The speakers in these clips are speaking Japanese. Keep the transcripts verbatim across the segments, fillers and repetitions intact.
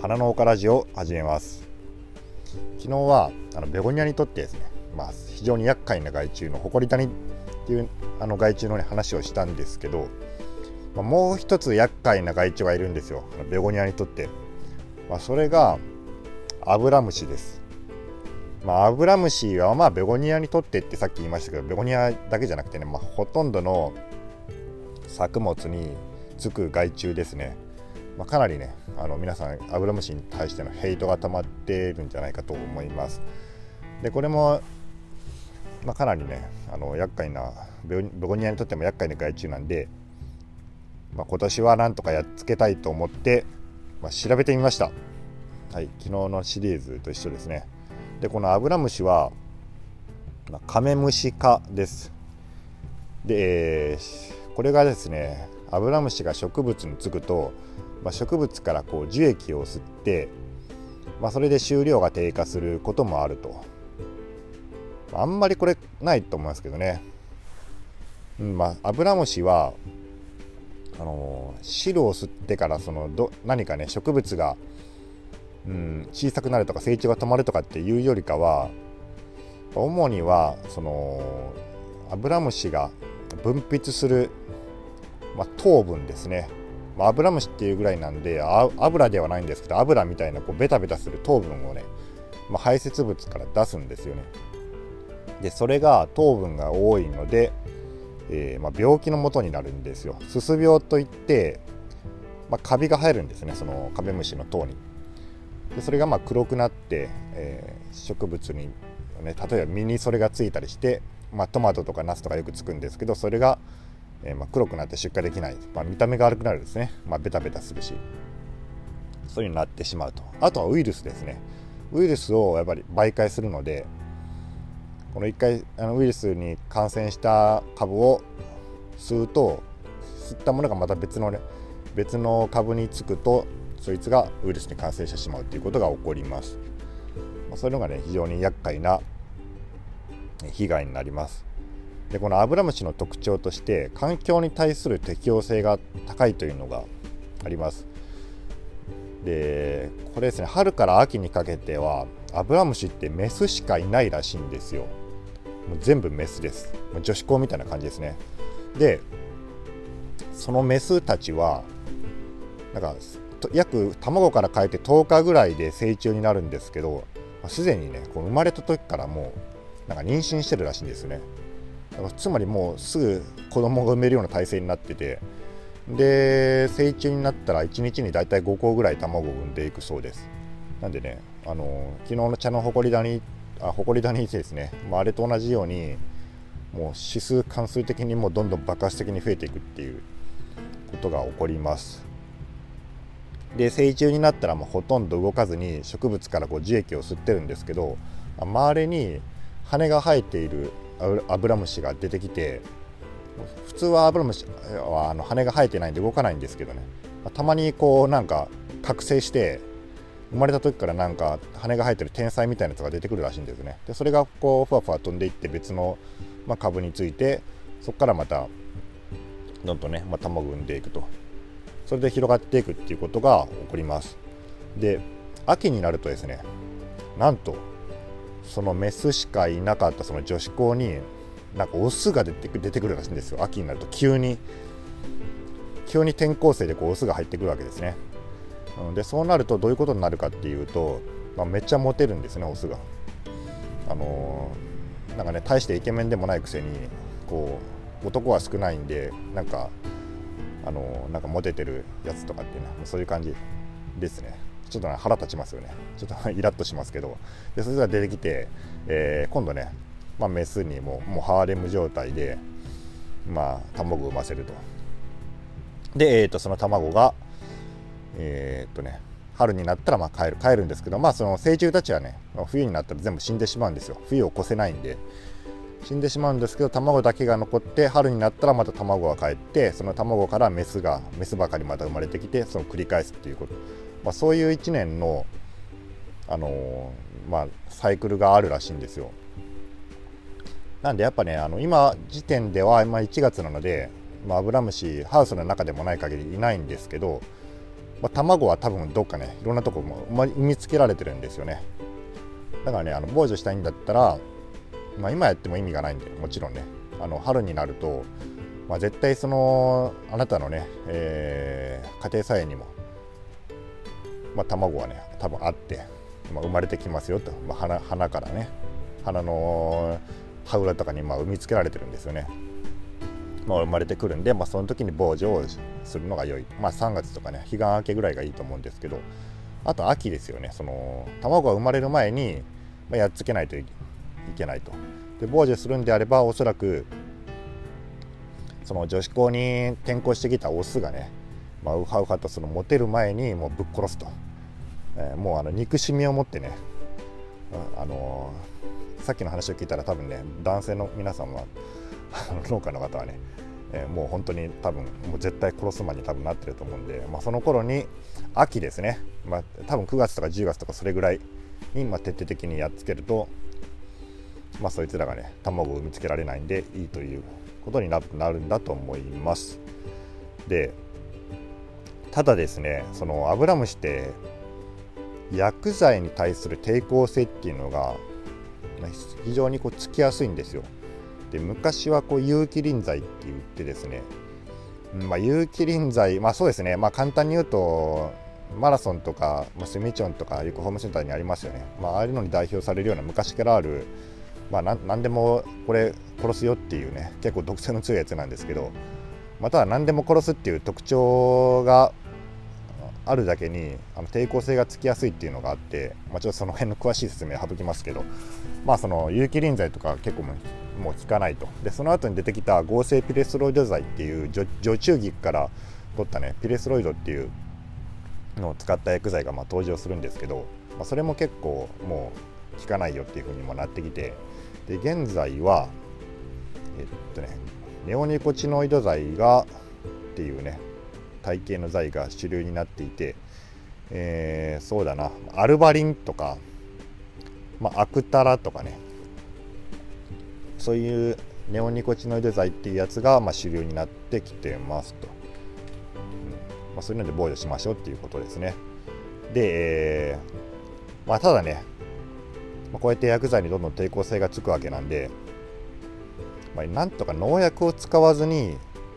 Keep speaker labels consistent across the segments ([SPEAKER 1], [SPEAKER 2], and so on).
[SPEAKER 1] 花農家ラジオを始めます。昨日はあのベゴニアにとってですね、まあ、非常に厄介な害虫のホコリダニっていうあの害虫の、ね、話をしたんですけど、まあ、もう一つ厄介な害虫がいるんですよ、ベゴニアにとって。まあ、それがアブラムシです。まあ、アブラムシはまあベゴニアにとってってさっき言いましたけど、ベゴニアだけじゃなくてね、まあ、ほとんどの作物につく害虫ですね。まあ、かなりねあの皆さんアブラムシに対してのヘイトが溜まっているんじゃないかと思います。でこれも、まあ、かなりねあの厄介なベゴニアにとっても厄介な害虫なんで、まあ、今年はなんとかやっつけたいと思って、まあ、調べてみました。はい、昨日のシリーズと一緒ですね。でこのアブラムシは、まあ、カメムシ科です。で、えー、これがですねアブラムシが植物につくと、まあ、植物からこう樹液を吸って、まあ、それで収量が低下することもあると。あんまりこれないと思いますけどね。うんまあ、アブラムシはあのー、汁を吸ってからそのど何かね植物が、うん、小さくなるとか成長が止まるとかっていうよりかは、主にはそのアブラムシが分泌する、まあ、糖分ですね。まあ、アブラムシっていうぐらいなんで油ではないんですけど、油みたいなこうベタベタする糖分をね、まあ、排泄物から出すんですよね。でそれが糖分が多いので、えーまあ、病気のもとになるんですよ。すす病といって、まあ、カビが生えるんですね、そのカメムシの糖に。でそれがまあ黒くなって、えー、植物に、ね、例えば実にそれがついたりして、まあ、トマトとかナスとかよくつくんですけど、それがえーまあ、黒くなって出荷できない、まあ、見た目が悪くなるですね、まあ、ベタベタするし、そういうのになってしまうと。あとはウイルスですね。ウイルスをやっぱり媒介するので、このいっかいあのウイルスに感染した株を吸うと、吸ったものがまた別のね別の株につくと、そいつがウイルスに感染してしまうということが起こります。まあ、そういうのがね非常に厄介な被害になります。でこのアブラムシの特徴として環境に対する適応性が高いというのがあります。でこれですね、春から秋にかけてはアブラムシってメスしかいないらしいんですよ。もう全部メスです。女子校みたいな感じですね。でそのメスたちはなんか約卵からかえってとおかぐらいで成虫になるんですけど、すでにねこう生まれた時からもうなんか妊娠してるらしいんですよね。つまりもうすぐ子供が産めるような体制になってて、で成虫になったらいちにちにだいたいごこぐらい卵を産んでいくそうです。なんでね、あの昨日の茶のホコリダニあホコリダニですね、まあ、あれと同じようにもう指数関数的にもうどんどん爆発的に増えていくっていうことが起こります。で成虫になったらもうほとんど動かずに植物からこう樹液を吸ってるんですけど、周りに羽が生えているアブラムシが出てきて、普通はアブラムシはあの羽が生えてないんで動かないんですけどね、たまにこうなんか覚醒して生まれた時からなんか羽が生えてる天才みたいなやつが出てくるらしいんですね。でそれがこうふわふわ飛んでいって別の、まあ、株について、そこからまたどんどんね、まあ、卵を産んでいくと、それで広がっていくっていうことが起こります。で秋になるとですね、なんとそのメスしかいなかったその女子校になんかオスが出てく、出てくるらしいんですよ。秋になると急に急に転校生でこうオスが入ってくるわけですね。でそうなるとどういうことになるかっていうと、まあ、めっちゃモテるんですね、オスが。あのー、なんかね大してイケメンでもないくせにこう男は少ないんで、なんかあのー、なんかモテてるやつとかっていうのはそういう感じですね。ちょっと腹立ちますよね。ちょっとイラッとしますけど、でそれが出てきて、えー、今度ね、まあ、メスにももうハーレム状態で、まあ、卵を産ませると。で、えー、とその卵が、えー、っとね春になったらまあ帰る帰るんですけど、まあその成虫たちはね冬になったら全部死んでしまうんですよ。冬を越せないんで死んでしまうんですけど、卵だけが残って春になったらまた卵が帰って、その卵からメスがメスばかりまた生まれてきて、その繰り返すっていうこと、まあ、そういういちねんの、あのーまあ、サイクルがあるらしいんですよ。なんでやっぱね、あの今時点では、まあ、いちがつなので、まあ、アブラムシハウスの中でもない限りいないんですけど、 まあ、卵は多分どっかねいろんなとこも産みつけられてるんですよね。だからねあの防除したいんだったら、まあ、今やっても意味がないんで、もちろんねあの春になると、まあ、絶対そのあなたのね、えー、家庭菜園にも、まあ、卵はね多分あって、まあ、生まれてきますよと、まあ、花, 花からね花の葉裏とかにまあ産みつけられてるんですよね。まあ、生まれてくるんで、まあ、その時に防除をするのが良い、まあ、さんがつとかね彼岸明けぐらいがいいと思うんですけど、あと秋ですよね。その卵が生まれる前に、まあ、やっつけないといけないと。で防除するんであればおそらくその女子校に転校してきたオスがね、まあ、ウハウハとそのモテる前にもうぶっ殺すと、えー、もうあの憎しみを持ってね、うん、あのー、さっきの話を聞いたら多分ね男性の皆さんは農家の方はね、えー、もう本当に多分もう絶対殺す間に多分なってると思うんで、まあ、その頃に秋ですね、まあ、多分くがつとかじゅうがつとかそれぐらいに、まあ、徹底的にやっつけると、まあ、そいつらがね卵を産みつけられないんでいいということになるんだと思います。でただですね、そのアブラムシって薬剤に対する抵抗性っていうのが非常にこうつきやすいんですよ。で昔はこう有機リン剤って言ってですね、まあ、有機リン剤、まあそうですね、まあ、簡単に言うとマラソンとか、まあ、スミチョンとかよくホームセンターにありますよね。まあ、ああいうのに代表されるような昔からある、まあ、何でもこれ殺すよっていうね結構毒性の強いやつなんですけど、または何でも殺すっていう特徴があるだけにあの抵抗性がつきやすいっていうのがあって、まあ、ちょっとその辺の詳しい説明は省きますけど、まあその有機リン剤とか結構もう、もう効かないと。でその後に出てきた合成ピレステロイド剤っていう除虫菊から取ったねピレステロイドっていうのを使った薬剤がまあ登場するんですけど、まあ、それも結構もう効かないよっていう風にもなってきて、で現在はえっとねネオニコチノイド剤がっていうね体系の剤が主流になっていて、えー、そうだなアルバリンとか、まあ、アクタラとかね、そういうネオニコチノイド剤っていうやつがまあ主流になってきてますと、うんまあ、そういうので防除しましょうっていうことですね。で、えーまあ、ただね、まあ、こうやって薬剤にどんどん抵抗性がつくわけなんで、まあ、なんとか農薬を使わずに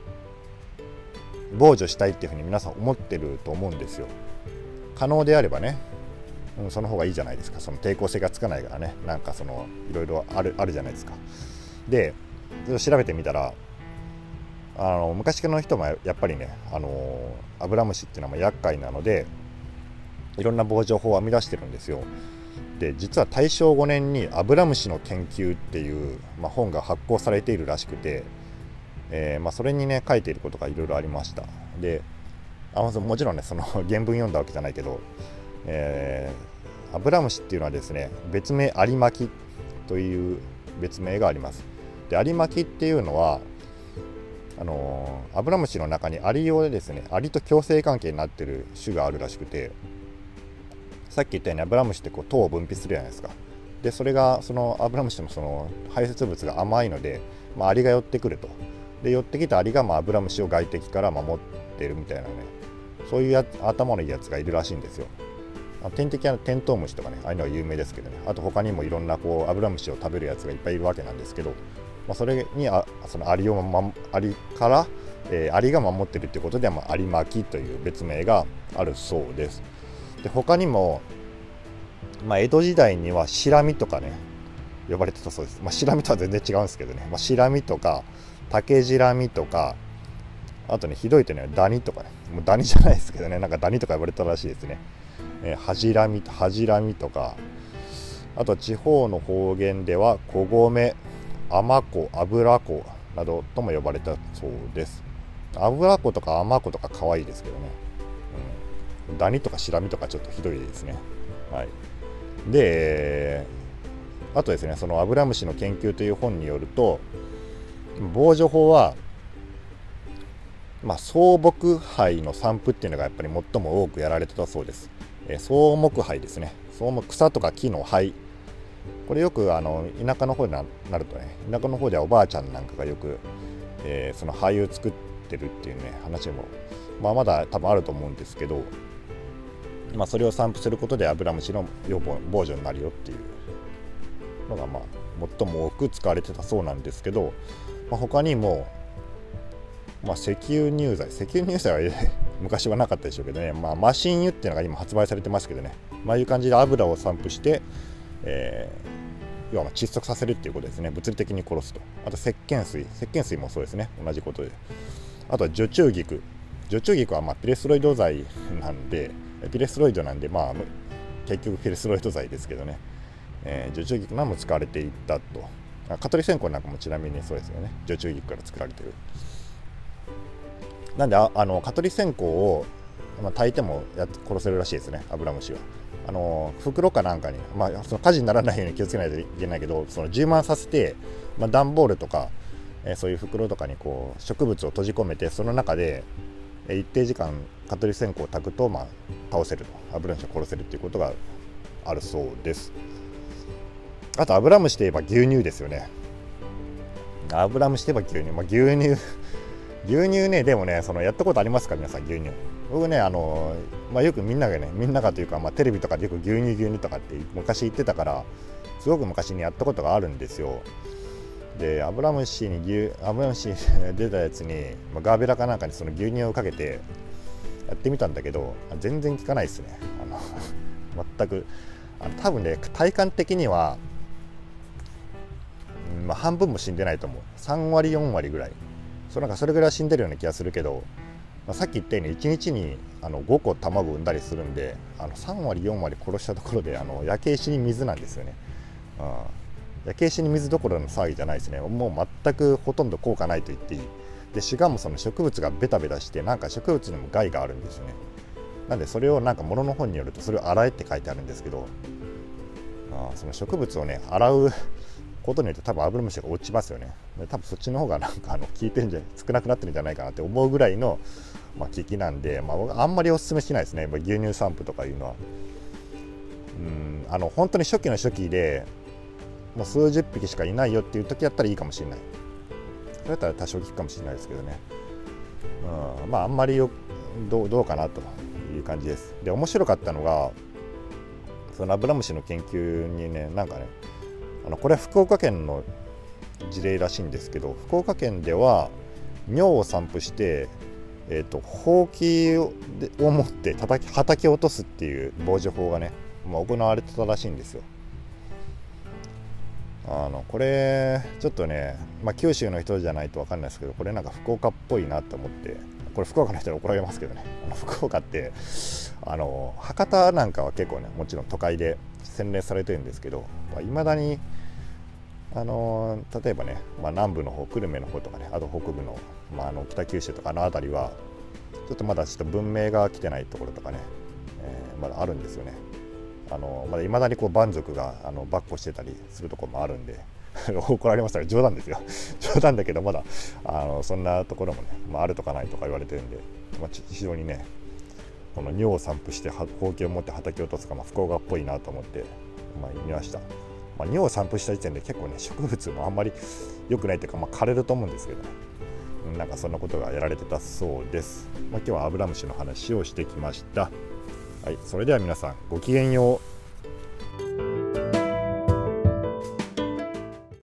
[SPEAKER 1] 防除したいっていうふうに皆さん思ってると思うんですよ。可能であればね、うん、その方がいいじゃないですか。その抵抗性がつかないからね、なんかそのいろいろあるあるじゃないですか。で調べてみたらあの昔の人もやっぱりねあのアブラムシっていうのは厄介なのでいろんな防除法を編み出してるんですよ。で実は大正ごねんにアブラムシの研究っていう、まあ、本が発行されているらしくて、えーまあ、それにね書いていることがいろいろありました。であもちろんねその原文読んだわけじゃないけど、えー、アブラムシっていうのはですね別名アリマキという別名があります。でアリマキっていうのはあのー、アブラムシの中にアリ用でですねアリと共生関係になっている種があるらしくて、さっき言ったようにアブラムシってこう糖を分泌するじゃないですか。でそれがそのアブラムシのその排泄物が甘いので、まあ、アリが寄ってくると。で寄ってきたアリがまあアブラムシを外敵から守っているみたいなね、そういうや頭のいいやつがいるらしいんですよ。天敵はテントウムシとかねああいうのは有名ですけどね、あと他にもいろんなこうアブラムシを食べるやつがいっぱいいるわけなんですけど、まあ、それにあそのアリを、ま、アリから、えー、アリが守ってるっていうことで、まあ、アリマキという別名があるそうです。で他にも、まあ、江戸時代にはシラミとかね呼ばれてたそうです。まあ、シラミとは全然違うんですけどね、まあ、シラミとかタケジラミとか、あとねひどいとねダニとかね、もうダニじゃないですけどね、なんかダニとか呼ばれたらしいですね。えー、ハジラミハジラミとか、あと地方の方言では小米、甘子、油子などとも呼ばれたそうです。油子とか甘子とか可愛いですけどね、うん、ダニとかシラミとかちょっとひどいですね。はい。であとですね、そのアブラムシの研究という本によると、防除法は、まあ、草木灰の散布っていうのがやっぱり最も多くやられてたそうです。えー、草木灰ですね。草木、草とか木の灰。これよくあの田舎の方になるとね、田舎の方ではおばあちゃんなんかがよく、えー、その灰を作ってるっていうね話も、まあ、まだ多分あると思うんですけど、 まあ、それを散布することでアブラムシの予防防除になるよっていうのが、まあ、最も多く使われてたそうなんですけど、まあ、他にも、まあ、石油乳剤石油乳剤は昔はなかったでしょうけどね、まあ、マシン油っていうのが今発売されてますけどね、まああいう感じで油を散布して、えー、要はまあ窒息させるっていうことですね。物理的に殺すと。あと石鹸水石鹸水もそうですね、同じことで。あとは除虫菊除虫菊はまあピレスロイド剤なんでピレスロイドなんでまあ結局ピレスロイド剤ですけどね、えー、除虫菊なんも使われていったと。蚊取り線香なんかもちなみにそうですよね、除虫菊から作られてる。なんでああの蚊取り線香を、まあ、炊いてもや殺せるらしいですね、アブラムシは。あの袋かなんかに、まあ、その火事にならないように気をつけないといけないけど、その充満させて、まあ、段ボールとか、えー、そういう袋とかにこう植物を閉じ込めて、その中で、えー、一定時間蚊取り線香を炊くと、まあ、倒せると、アブラムシを殺せるっていうことがあるそうです。あとアブラムシといえば牛乳ですよね。アブラムシといえば牛乳、まあ、牛乳牛乳ね、でもね、そのやったことありますか皆さん、牛乳。僕ね、あのまあ、よくみんながね、みんながというか、まあ、テレビとかでよく牛乳牛乳とかって昔言ってたから、すごく昔にやったことがあるんですよ。で、アブラムシに牛アブラムシ出たやつに、まあ、ガーベラかなんかにその牛乳をかけてやってみたんだけど、全然効かないですね。あの全くあの多分ね、体感的には、まあ、半分も死んでないと思う。さんわりよんわりぐらい、そなんかそれぐらい死んでるような気がするけど、まあ、さっき言ったようにいちにちにあのごこ卵を産んだりするんで、あのさんわりよんわり殺したところであの焼け石に水なんですよね。うん、焼け石に水どころの騒ぎじゃないですね。もう全くほとんど効果ないと言っていい。でしかもその植物がベタベタして、なんか植物にも害があるんですよね。なんでそれをなんか物の本によるとそれを洗えって書いてあるんですけど、あその植物をね洗うことによって多分アブラムシが落ちますよね。で多分そっちの方がなんかあの効いてんじゃ少なくなってるんじゃないかなって思うぐらいの、まあ、効きなんで、まあ、僕あんまりおすすめしないですね、牛乳散布とかいうのは。うんあの本当に初期の初期でもう数十匹しかいないよっていう時やったらいいかもしれない。それだったら多少効くかもしれないですけどね。うんまああんまりよどうどうかなという感じです。で面白かったのがそのアブラムシの研究にね、なんかね、あのこれは福岡県の事例らしいんですけど、福岡県では尿を散布して、えー、とほうきを持って叩き叩き落とすっていう防除法がね、まあ、行われてたらしいんですよ。あのこれちょっとね、まあ、九州の人じゃないと分かんないですけど、これなんか福岡っぽいなと思って、これ福岡の人に怒られますけどね、あの福岡ってあの博多なんかは結構ね、もちろん都会で洗練されてるんですけど、いまだにあの例えばね、まあ、南部の方、久留米の方とかね、あと北部の、まあ、あの北九州とかあの辺りはちょっとまだちょっと文明が来てないところとかね、えー、まだあるんですよね。あのまだいまだにこう蛮族があの跋扈してたりするところもあるんで怒られましたが冗談ですよ冗談だけど、まだあのそんなところもね、まあ、あるとかないとか言われてるんで、まあ、非常にねこの尿を散布してほうきを持って叩き落とすか、まあ、福岡っぽいなと思って、まあ、見ました。まあ、尿を散布した時点で結構ね植物もあんまり良くないというか、まあ、枯れると思うんですけどね、なんかそんなことがやられてたそうです。まあ、今日はアブラムシの話をしてきました。はい、それでは皆さんごきげんよう。